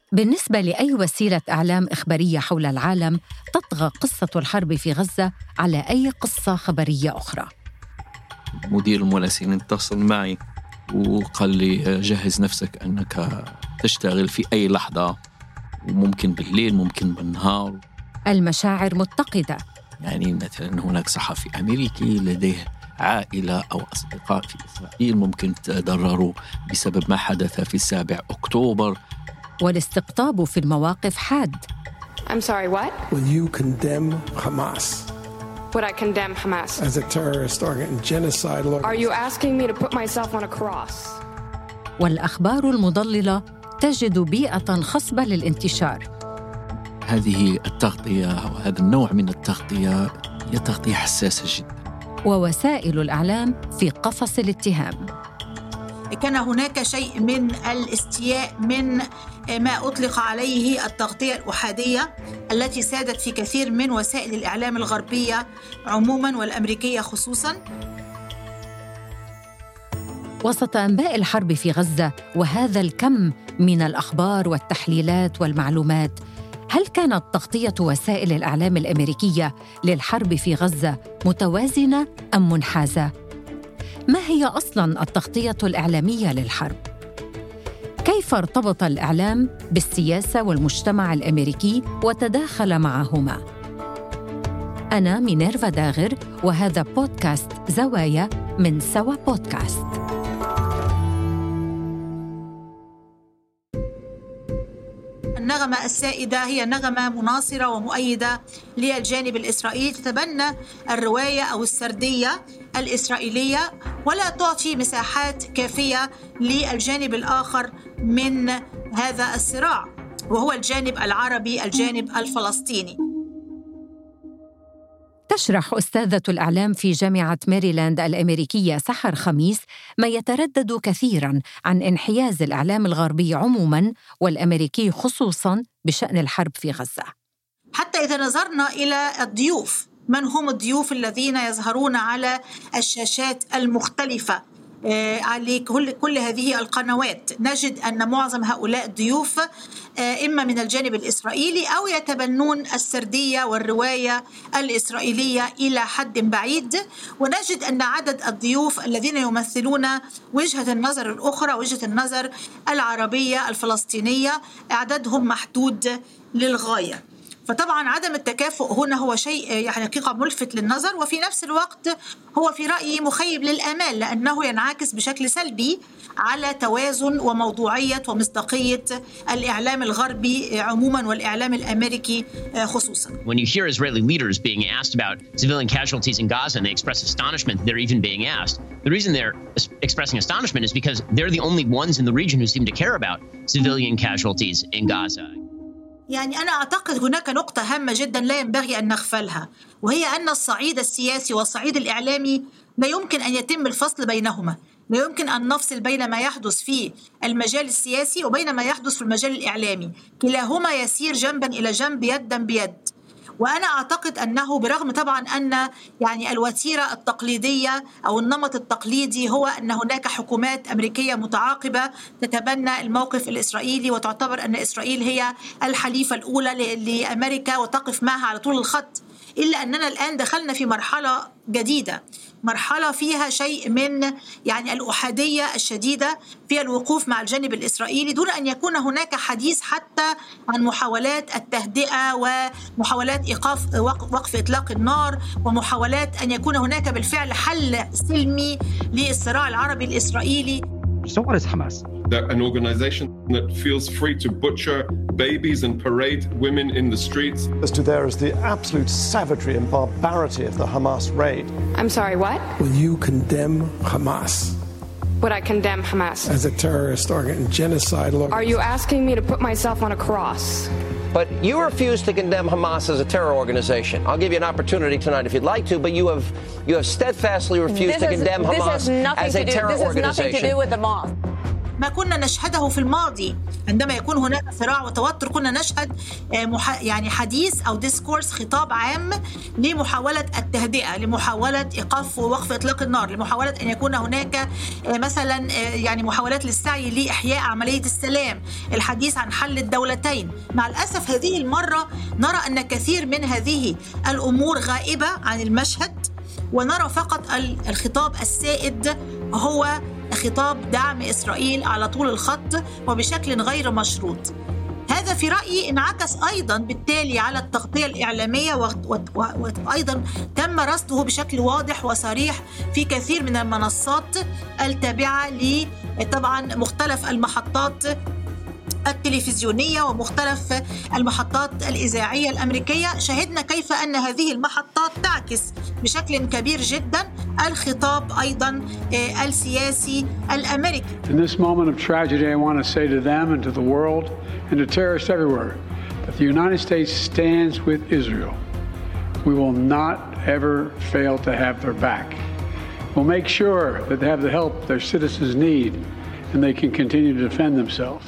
بالنسبة لأي وسيلة إعلام إخبارية حول العالم، تطغى قصة الحرب في غزة على أي قصة خبرية أخرى. مدير المراسلين اتصل معي وقال لي جهز نفسك أنك تشتغل في أي لحظة، وممكن بالليل ممكن بالنهار. المشاعر متقدة. يعني مثلا هناك صحفي أمريكي لديه عائلة أو أصدقاء في إسرائيل ممكن تضرروا بسبب ما حدث في 7 أكتوبر. والاستقطاب في المواقف حاد. I'm sorry, what? Will you condemn Hamas? Would I condemn Hamas? As a terrorist and genocide organization? Are you asking me to put myself on a cross? والأخبار المضللة تجد بيئة خصبة للانتشار. هذه التغطية أو هذا النوع من التغطية هي تغطية حساسة جدا. ووسائل الإعلام في قفص الاتهام. كان هناك شيء من الاستياء من ما أطلق عليه التغطية الأحادية التي سادت في كثير من وسائل الإعلام الغربية عموماً والأمريكية خصوصاً. وسط أنباء الحرب في غزة وهذا الكم من الأخبار والتحليلات والمعلومات، هل كانت تغطية وسائل الإعلام الأمريكية للحرب في غزة متوازنة أم منحازة؟ ما هي أصلاً التغطية الإعلامية للحرب؟ كيف ارتبط الإعلام بالسياسة والمجتمع الأمريكي وتداخل معهما؟ أنا مينيرفا داغر، وهذا بودكاست زوايا من سوا بودكاست. النغمة السائدة هي نغمة مناصرة ومؤيدة للجانب الإسرائيلي، تتبنى الرواية أو السردية الإسرائيلية ولا تعطي مساحات كافية للجانب الآخر من هذا الصراع، وهو الجانب العربي، الجانب الفلسطيني. تشرح أستاذة الإعلام في جامعة ماريلاند الأمريكية سحر خميس ما يتردد كثيراً عن انحياز الإعلام الغربي عموماً والأمريكي خصوصاً بشأن الحرب في غزة. حتى إذا نظرنا إلى الضيوف، من هم الضيوف الذين يظهرون على الشاشات المختلفة على كل هذه القنوات، نجد أن معظم هؤلاء الضيوف إما من الجانب الإسرائيلي أو يتبنون السردية والرواية الإسرائيلية إلى حد بعيد، ونجد أن عدد الضيوف الذين يمثلون وجهة النظر الأخرى، وجهة النظر العربية الفلسطينية، عددهم محدود للغاية. فطبعا عدم التكافؤ هنا هو شيء يعني حقيقة ملفت للنظر، وفي نفس الوقت هو في رأيي مخيب للآمال، لأنه ينعكس بشكل سلبي على توازن وموضوعية ومصداقية الإعلام الغربي عموما والإعلام الأمريكي خصوصا. When you hear Israeli leaders being asked about civilian casualties in Gaza and they express astonishment they're even being asked, the reason they're expressing astonishment is because they're the only ones in the region who seem to care about civilian casualties in Gaza. يعني أنا أعتقد هناك نقطة هامة جدا لا ينبغي أن نغفلها، وهي أن الصعيد السياسي والصعيد الإعلامي لا يمكن أن يتم الفصل بينهما. لا يمكن أن نفصل بين ما يحدث في المجال السياسي وبين ما يحدث في المجال الإعلامي، كلاهما يسير جنبا إلى جنب يدا بيد. وأنا أعتقد أنه برغم طبعا أن يعني الوتيرة التقليدية أو النمط التقليدي هو أن هناك حكومات أمريكية متعاقبة تتبنى الموقف الإسرائيلي وتعتبر أن إسرائيل هي الحليفة الأولى لأمريكا وتقف معها على طول الخط، إلا أننا الآن دخلنا في مرحلة جديدة، مرحلة فيها شيء من يعني الأحادية الشديدة في الوقوف مع الجانب الإسرائيلي دون أن يكون هناك حديث حتى عن محاولات التهدئة ومحاولات إيقاف وقف إطلاق النار ومحاولات أن يكون هناك بالفعل حل سلمي للصراع العربي الإسرائيلي. So what is Hamas? They're an organization that feels free to butcher babies and parade women in the streets. As to there is the absolute savagery and barbarity of the Hamas raid. I'm sorry, what? Will you condemn Hamas? Would I condemn Hamas? As a terrorist and genocide organization? Are you asking me to put myself on a cross? But you refuse to condemn Hamas as a terror organization. I'll give you an opportunity tonight if you'd like to, but you have steadfastly refused to condemn Hamas as a terror organization. This has nothing to do with the mosque. ما كنا نشهده في الماضي. عندما يكون هناك صراع وتوتر كنا نشهد يعني حديث أو ديسكورس، خطاب عام لمحاولة التهدئة، لمحاولة إيقاف ووقف إطلاق النار، لمحاولة أن يكون هناك مثلا يعني محاولات للسعي لإحياء عملية السلام، الحديث عن حل الدولتين. مع الأسف هذه المرة نرى أن كثير من هذه الأمور غائبة عن المشهد، ونرى فقط الخطاب السائد هو خطاب دعم إسرائيل على طول الخط وبشكل غير مشروط. هذا في رأيي انعكس أيضا بالتالي على التغطية الإعلامية، وأيضا تم رصده بشكل واضح وصريح في كثير من المنصات التابعة طبعا مختلف المحطات التلفزيونية ومختلف المحطات الإذاعية الأمريكية. شاهدنا كيف أن هذه المحطات تعكس بشكل كبير جدا الخطاب أيضا السياسي الأمريكي. In this moment of tragedy, I want to say to them and to the world and to terrorists everywhere that the United States stands with Israel. We will not ever fail to have their back. We'll make sure that they have the help their citizens need and they can continue to defend themselves.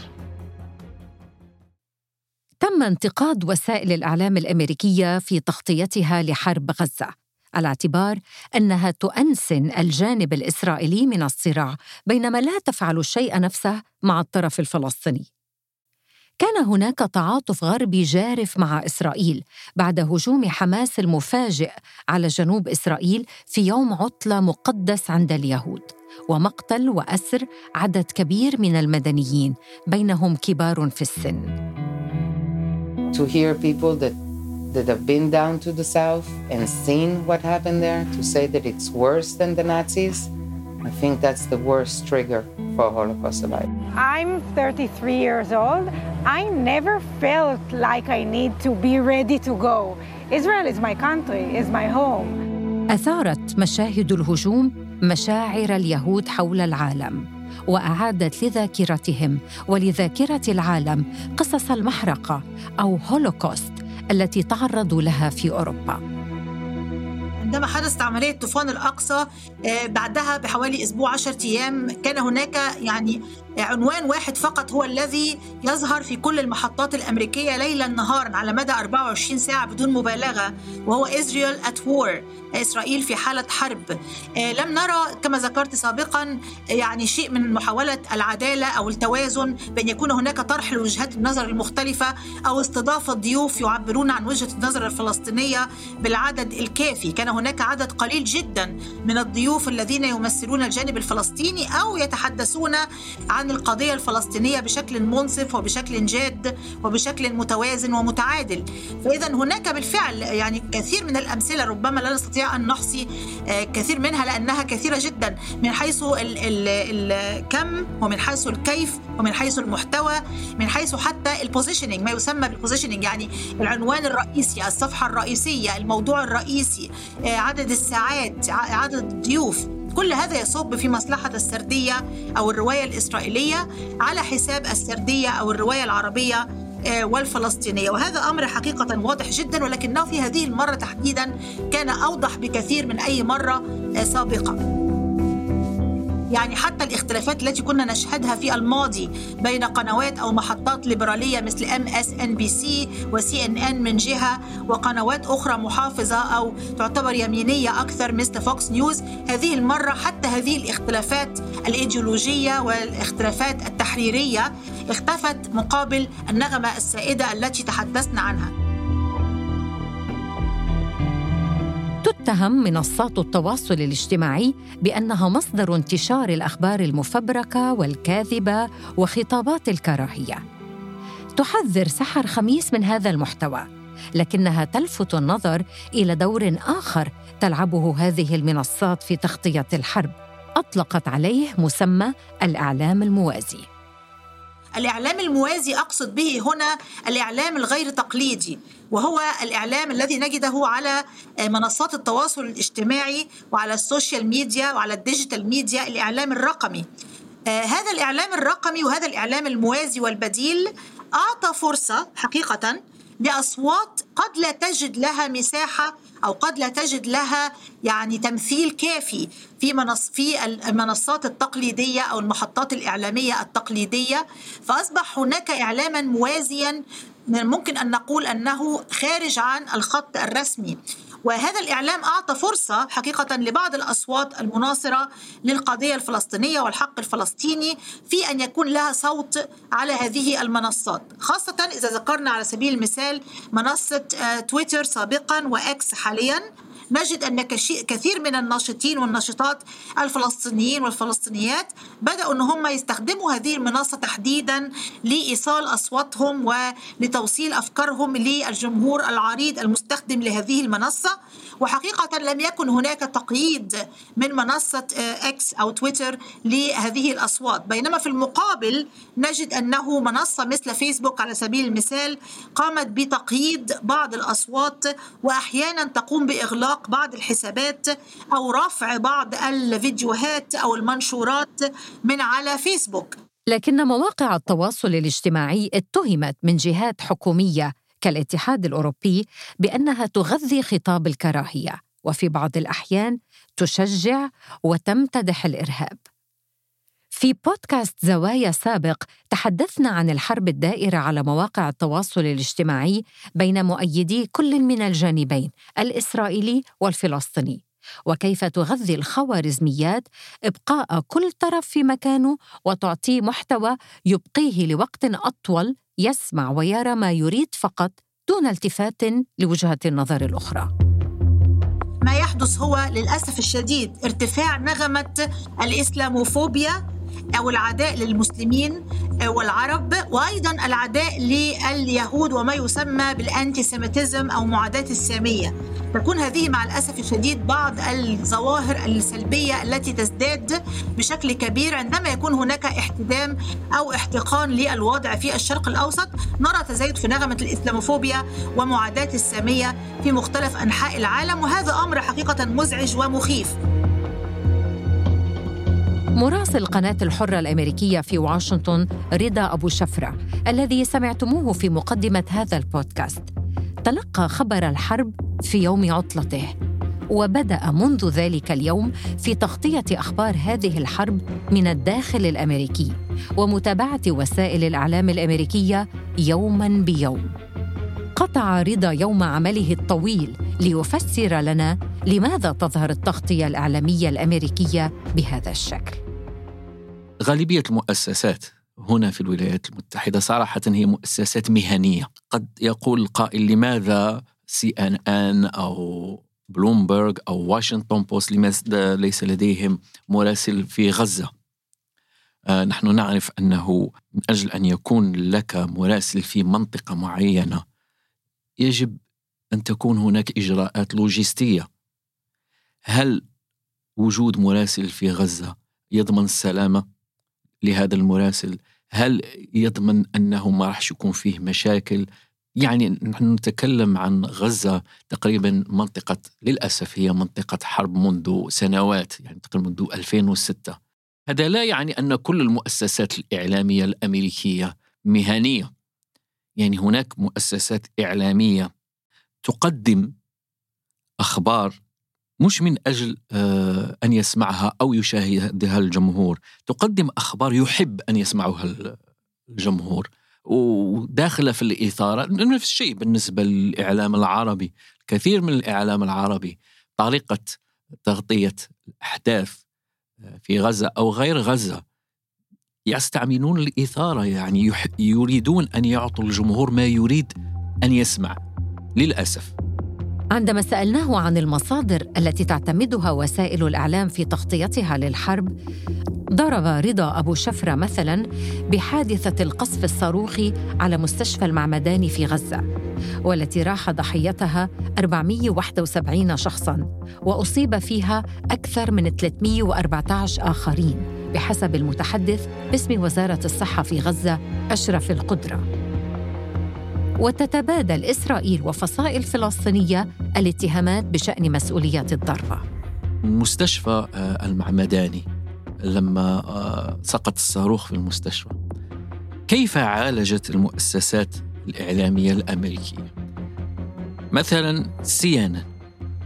تم انتقاد وسائل الإعلام الأمريكية في تغطيتها لحرب غزة على اعتبار أنها تؤنسن الجانب الإسرائيلي من الصراع بينما لا تفعل الشيء نفسه مع الطرف الفلسطيني. كان هناك تعاطف غربي جارف مع إسرائيل بعد هجوم حماس المفاجئ على جنوب إسرائيل في يوم عطلة مقدس عند اليهود، ومقتل وأسر عدد كبير من المدنيين بينهم كبار في السن. To hear people that have been down to the south and seen what happened there, to say that it's worse than the Nazis, I think that's the worst trigger for a Holocaust survivor. I'm 33 years old. I never felt like I need to be ready to go. Israel is my country, is my home. أثارت مشاهد الهجوم مشاعر اليهود حول العالم، وأعادت لذاكرتهم ولذاكرة العالم قصص المحرقة أو هولوكوست التي تعرضوا لها في أوروبا. عندما حدثت عملية طوفان الأقصى بعدها بحوالي أسبوع 10 أيام كان هناك يعني عنوان واحد فقط هو الذي يظهر في كل المحطات الأمريكية ليلاً نهاراً على مدى 24 ساعة بدون مبالغة، وهو Israel at war، إسرائيل في حالة حرب. لم نرى كما ذكرت سابقاً يعني شيء من محاولة العدالة أو التوازن بأن يكون هناك طرح لوجهات النظر المختلفة أو استضافة ضيوف يعبرون عن وجهة النظر الفلسطينية بالعدد الكافي. كان هناك عدد قليل جداً من الضيوف الذين يمثلون الجانب الفلسطيني أو يتحدثون عن القضية الفلسطينية بشكل منصف وبشكل جاد وبشكل متوازن ومتعادل. فإذا هناك بالفعل يعني كثير من الأمثلة، ربما لا نستطيع أن نحصي كثير منها لأنها كثيرة جدا من حيث الكم ومن حيث الكيف ومن حيث المحتوى، من حيث حتى البوزيشنينج، ما يسمى بالبوزيشنينج، يعني العنوان الرئيسي، الصفحة الرئيسية، الموضوع الرئيسي، عدد الساعات، عدد الضيوف. كل هذا يصب في مصلحة السردية أو الرواية الإسرائيلية على حساب السردية أو الرواية العربية والفلسطينية، وهذا أمر حقيقة واضح جدا، ولكنه في هذه المرة تحديدا كان أوضح بكثير من أي مرة سابقة. يعني حتى الاختلافات التي كنا نشهدها في الماضي بين قنوات أو محطات ليبرالية مثل MSNBC وCNN من جهة وقنوات أخرى محافظة أو تعتبر يمينية أكثر مثل فوكس نيوز، هذه المرة حتى هذه الاختلافات الإيديولوجية والاختلافات التحريرية اختفت مقابل النغمة السائدة التي تحدثنا عنها. تتهم منصات التواصل الاجتماعي بأنها مصدر انتشار الأخبار المفبركة والكاذبة وخطابات الكراهية. تحذر سحر خميس من هذا المحتوى، لكنها تلفت النظر إلى دور آخر تلعبه هذه المنصات في تغطية الحرب، أطلقت عليه مسمى الإعلام الموازي. الإعلام الموازي أقصد به هنا الإعلام الغير تقليدي، وهو الإعلام الذي نجده على منصات التواصل الاجتماعي وعلى السوشيال ميديا وعلى الديجيتال ميديا، الإعلام الرقمي. هذا الإعلام الرقمي وهذا الإعلام الموازي والبديل أعطى فرصة حقيقة لأصوات قد لا تجد لها مساحة أو قد لا تجد لها يعني تمثيل كافي في المنصات التقليدية أو المحطات الإعلامية التقليدية، فأصبح هناك إعلاما موازيا ممكن أن نقول أنه خارج عن الخط الرسمي. وهذا الإعلام أعطى فرصة حقيقة لبعض الأصوات المناصرة للقضية الفلسطينية والحق الفلسطيني في أن يكون لها صوت على هذه المنصات، خاصة إذا ذكرنا على سبيل المثال منصة تويتر سابقا وإكس حاليا. نجد أن كثير من الناشطين والناشطات الفلسطينيين والفلسطينيات بدأوا أن هم يستخدموا هذه المنصة تحديدا لإيصال أصواتهم ولتوصيل أفكارهم للجمهور العريض المستخدم لهذه المنصة. وحقيقة لم يكن هناك تقييد من منصة إكس أو تويتر لهذه الأصوات، بينما في المقابل نجد أنه منصة مثل فيسبوك على سبيل المثال قامت بتقييد بعض الأصوات، وأحيانا تقوم بإغلاق بعض الحسابات أو رفع بعض الفيديوهات أو المنشورات من على فيسبوك. لكن مواقع التواصل الاجتماعي اتهمت من جهات حكومية كالاتحاد الأوروبي بأنها تغذي خطاب الكراهية، وفي بعض الأحيان تشجع وتمتدح الإرهاب. في بودكاست زوايا سابق تحدثنا عن الحرب الدائرة على مواقع التواصل الاجتماعي بين مؤيدي كل من الجانبين الإسرائيلي والفلسطيني، وكيف تغذي الخوارزميات إبقاء كل طرف في مكانه وتعطيه محتوى يبقيه لوقت أطول يسمع ويرى ما يريد فقط دون التفات لوجهة النظر الأخرى. ما يحدث هو للأسف الشديد ارتفاع نغمة الإسلاموفوبيا أو العداء للمسلمين والعرب، وأيضا العداء لليهود وما يسمى بالأنتيسيميتيزم أو معاداة السامية. تكون هذه مع الأسف الشديد بعض الظواهر السلبية التي تزداد بشكل كبير عندما يكون هناك احتدام أو احتقان للوضع في الشرق الأوسط. نرى تزايد في نغمة الإسلاموفوبيا ومعاداة السامية في مختلف أنحاء العالم، وهذا أمر حقيقة مزعج ومخيف. مراسل قناة الحرة الأمريكية في واشنطن رضا أبو شفرة الذي سمعتموه في مقدمة هذا البودكاست تلقى خبر الحرب في يوم عطلته، وبدأ منذ ذلك اليوم في تغطية أخبار هذه الحرب من الداخل الأمريكي ومتابعة وسائل الإعلام الأمريكية يوماً بيوم. قطع رضا يوم عمله الطويل ليفسر لنا لماذا تظهر التغطية الإعلامية الأمريكية بهذا الشكل. غالبية المؤسسات هنا في الولايات المتحدة صراحة هي مؤسسات مهنية. قد يقول القائل لماذا CNN أو بلومبرغ أو واشنطن بوست لماذا ليس لديهم مراسل في غزة؟ نحن نعرف أنه من أجل أن يكون لك مراسل في منطقة معينة يجب أن تكون هناك إجراءات لوجستية. هل وجود مراسل في غزة يضمن السلامة لهذا المراسل؟ هل يضمن أنه ما راح يكون فيه مشاكل؟ يعني نحن نتكلم عن غزة تقريبا منطقة، للأسف هي منطقة حرب منذ سنوات، يعني تقريبا منذ 2006. هذا لا يعني أن كل المؤسسات الإعلامية الأمريكية مهنية. يعني هناك مؤسسات إعلامية تقدم أخبار مش من أجل أن يسمعها أو يشاهدها الجمهور، تقدم أخبار يحب أن يسمعها الجمهور، وداخلة في الإثارة. نفس الشيء بالنسبة للإعلام العربي. كثير من الإعلام العربي طريقة تغطية الأحداث في غزة أو غير غزة يستعملون الإثارة، يعني يريدون أن يعطوا الجمهور ما يريد أن يسمع للأسف. عندما سألناه عن المصادر التي تعتمدها وسائل الإعلام في تغطيتها للحرب، ضرب رضا أبو شفرة مثلاً بحادثة القصف الصاروخي على مستشفى المعمداني في غزة، والتي راح ضحيتها 471 شخصاً وأصيب فيها أكثر من 314 آخرين بحسب المتحدث باسم وزارة الصحة في غزة أشرف القدرة. وتتبادل إسرائيل وفصائل فلسطينية الاتهامات بشأن مسؤولية الضربة. مستشفى المعمداني لما سقط الصاروخ في المستشفى، كيف عالجت المؤسسات الإعلامية الأمريكية؟ مثلا CNN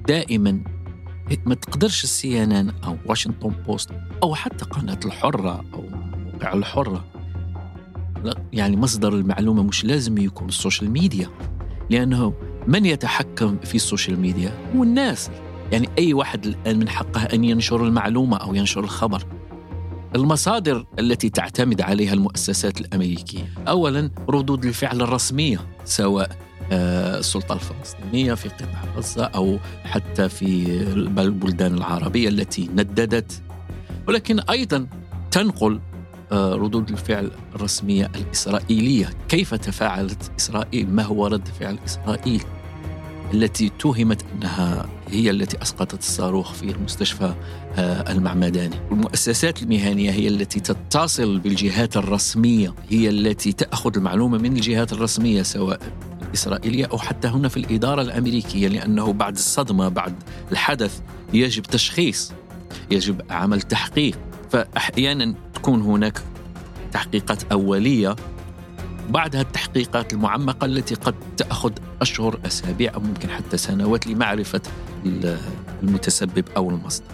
دائما ما تقدرش CNN أو واشنطن بوست أو حتى قناة الحرة أو موقع الحرة، يعني مصدر المعلومة مش لازم يكون السوشيال ميديا، لأنه من يتحكم في السوشيال ميديا هو الناس. يعني أي واحد الآن من حقه أن ينشر المعلومة أو ينشر الخبر. المصادر التي تعتمد عليها المؤسسات الأمريكية أولاً ردود الفعل الرسمية، سواء السلطة الفلسطينية في قطاع غزة أو حتى في البلدان العربية التي نددت، ولكن أيضاً تنقل ردود الفعل الرسمية الإسرائيلية. كيف تفاعلت إسرائيل؟ ما هو رد فعل إسرائيل التي توهمت أنها هي التي أسقطت الصاروخ في المستشفى المعمداني؟ المؤسسات المهنية هي التي تتصل بالجهات الرسمية، هي التي تأخذ المعلومة من الجهات الرسمية سواء الإسرائيلية أو حتى هنا في الإدارة الأمريكية، لأنه بعد الصدمة بعد الحدث يجب تشخيص، يجب عمل تحقيق. فأحيانا تكون هناك تحقيقات أولية، بعدها التحقيقات المعمقة التي قد تأخذ أشهر، أسابيع أو ممكن حتى سنوات لمعرفة المتسبب أو المصدر.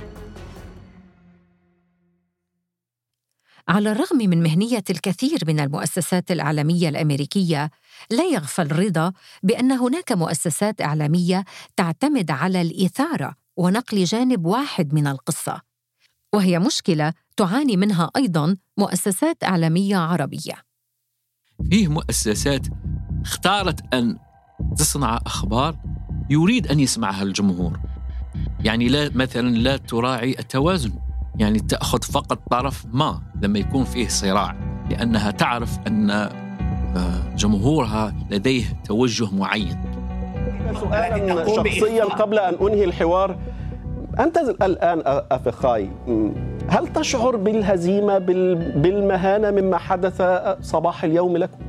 على الرغم من مهنية الكثير من المؤسسات الإعلامية الأمريكية، لا يغفل الرضا بأن هناك مؤسسات إعلامية تعتمد على الإثارة ونقل جانب واحد من القصة، وهي مشكلة تعاني منها أيضاً مؤسسات إعلامية عربية. فيه مؤسسات اختارت أن تصنع أخبار يريد أن يسمعها الجمهور، يعني لا مثلا لا تراعي التوازن، يعني تأخذ فقط طرف ما لما يكون فيه صراع، لأنها تعرف أن جمهورها لديه توجه معين. سؤالا شخصيا قبل أن أنهي الحوار، أنت الآن أفخاي، هل تشعر بالهزيمة بالمهانة مما حدث صباح اليوم لكم؟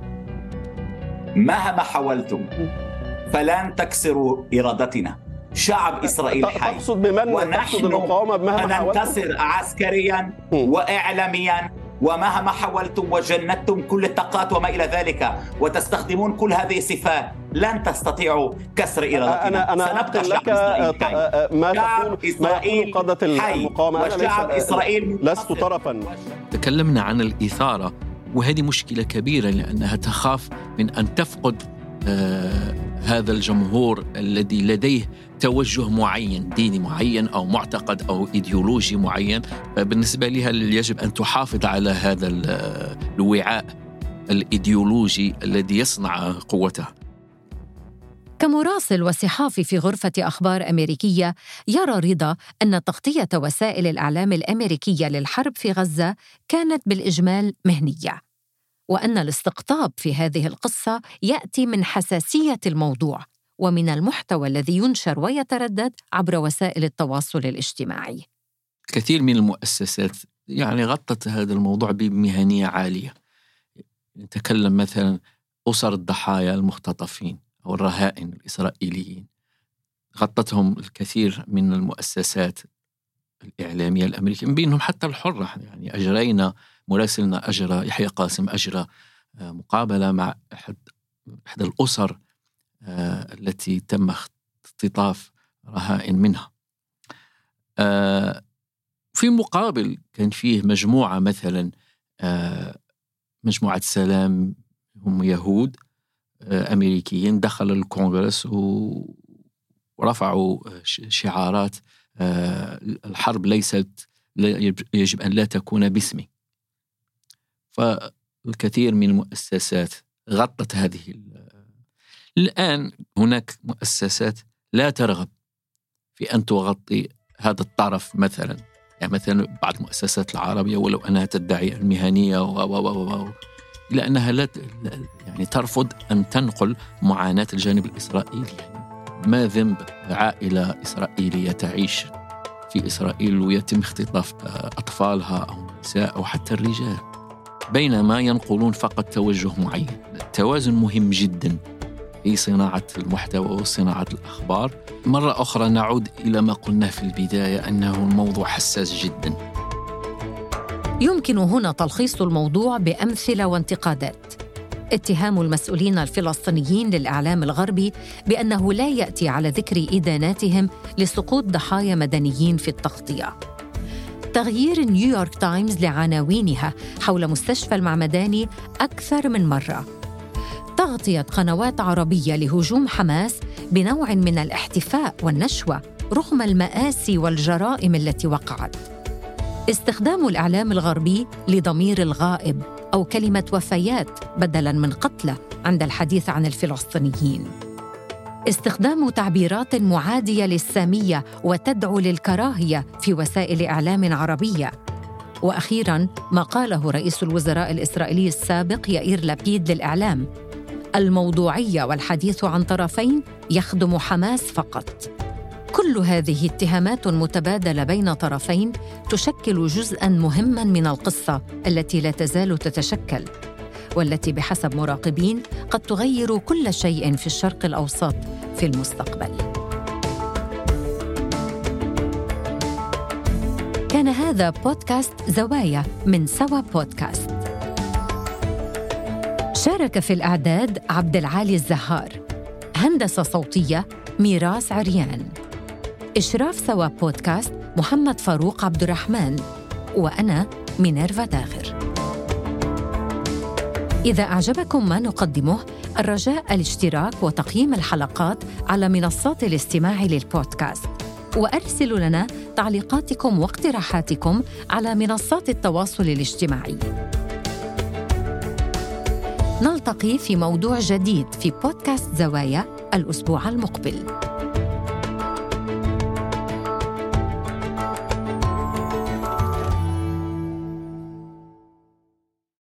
مهما حاولتم فلن تكسروا إرادتنا. شعب إسرائيل حي، تقصد بمن؟ ونحن ننتصر عسكريا وإعلاميا، ومهما حاولتم وجندتم كل الطاقات وما إلى ذلك وتستخدمون كل هذه الصفات لن تستطيعوا كسر إرادتنا. أنا أنقل لك ما يقول قادة المقاومة. وشعب إسرائيل لست طرفا. تكلمنا عن الإثارة، وهذه مشكلة كبيرة لأنها تخاف من أن تفقد هذا الجمهور الذي لديه توجه معين، ديني معين أو معتقد أو إيديولوجي معين. بالنسبة لها يجب أن تحافظ على هذا الوعاء الإيديولوجي الذي يصنع قوتها. كمراسل وصحافي في غرفة أخبار أمريكية، يرى رضا أن تغطية وسائل الإعلام الأمريكية للحرب في غزة كانت بالإجمال مهنية، وأن الاستقطاب في هذه القصة يأتي من حساسية الموضوع ومن المحتوى الذي ينشر ويتردد عبر وسائل التواصل الاجتماعي. كثير من المؤسسات يعني غطت هذا الموضوع بمهنية عالية. نتكلم مثلا أسر الضحايا المختطفين أو الرهائن الإسرائيليين، غطتهم الكثير من المؤسسات الإعلامية الأمريكية، من بينهم حتى الحرة. يعني أجرينا، مراسلنا أجرى، يحيى قاسم أجرى مقابلة مع إحدى الأسر التي تم اختطاف رهائن منها. في مقابل كان فيه مجموعة مثلا مجموعة سلام، هم يهود أمريكيين، دخلوا الكونغرس ورفعوا شعارات الحرب ليست، يجب أن لا تكون باسمي. فالكثير من المؤسسات غطت هذه. الآن هناك مؤسسات لا ترغب في أن تغطي هذا الطرف مثلا، يعني مثلا بعض المؤسسات العربية ولو أنها تدعي المهنية إلا أنها لا يعني ترفض أن تنقل معاناة الجانب الإسرائيلي. يعني ما ذنب عائلة إسرائيلية تعيش في إسرائيل ويتم اختطاف أطفالها أو النساء أو حتى الرجال، بينما ينقلون فقط توجه معين. التوازن مهم جدا في صناعة المحتوى وصناعة الأخبار. مرة أخرى نعود إلى ما قلنا في البداية، أنه الموضوع حساس جدا. يمكن هنا تلخيص الموضوع بأمثلة وانتقادات. اتهام المسؤولين الفلسطينيين للإعلام الغربي بأنه لا يأتي على ذكر إداناتهم لسقوط ضحايا مدنيين في التغطية. تغيير نيويورك تايمز لعناوينها حول مستشفى المعمداني أكثر من مرة. تغطية قنوات عربية لهجوم حماس بنوع من الاحتفاء والنشوة رغم المآسي والجرائم التي وقعت. استخدام الإعلام الغربي لضمير الغائب أو كلمة وفيات بدلاً من قتلى عند الحديث عن الفلسطينيين. استخدام تعبيرات معادية للسامية وتدعو للكراهية في وسائل إعلام عربية. وأخيراً ما قاله رئيس الوزراء الإسرائيلي السابق يائير لابيد للإعلام: الموضوعية والحديث عن طرفين يخدم حماس فقط. كل هذه اتهامات متبادلة بين طرفين تشكل جزءاً مهماً من القصة التي لا تزال تتشكل، والتي بحسب مراقبين قد تغير كل شيء في الشرق الأوسط في المستقبل. كان هذا بودكاست زوايا من سوا بودكاست. شارك في الإعداد عبد العالي الزهار، هندسة صوتية ميراس عريان، إشراف سوا بودكاست محمد فاروق عبد الرحمن، وأنا مينيرفا داغر. إذا أعجبكم ما نقدمه الرجاء الاشتراك وتقييم الحلقات على منصات الاستماع للبودكاست، وأرسلوا لنا تعليقاتكم واقتراحاتكم على منصات التواصل الاجتماعي. نلتقي في موضوع جديد في بودكاست زوايا الأسبوع المقبل.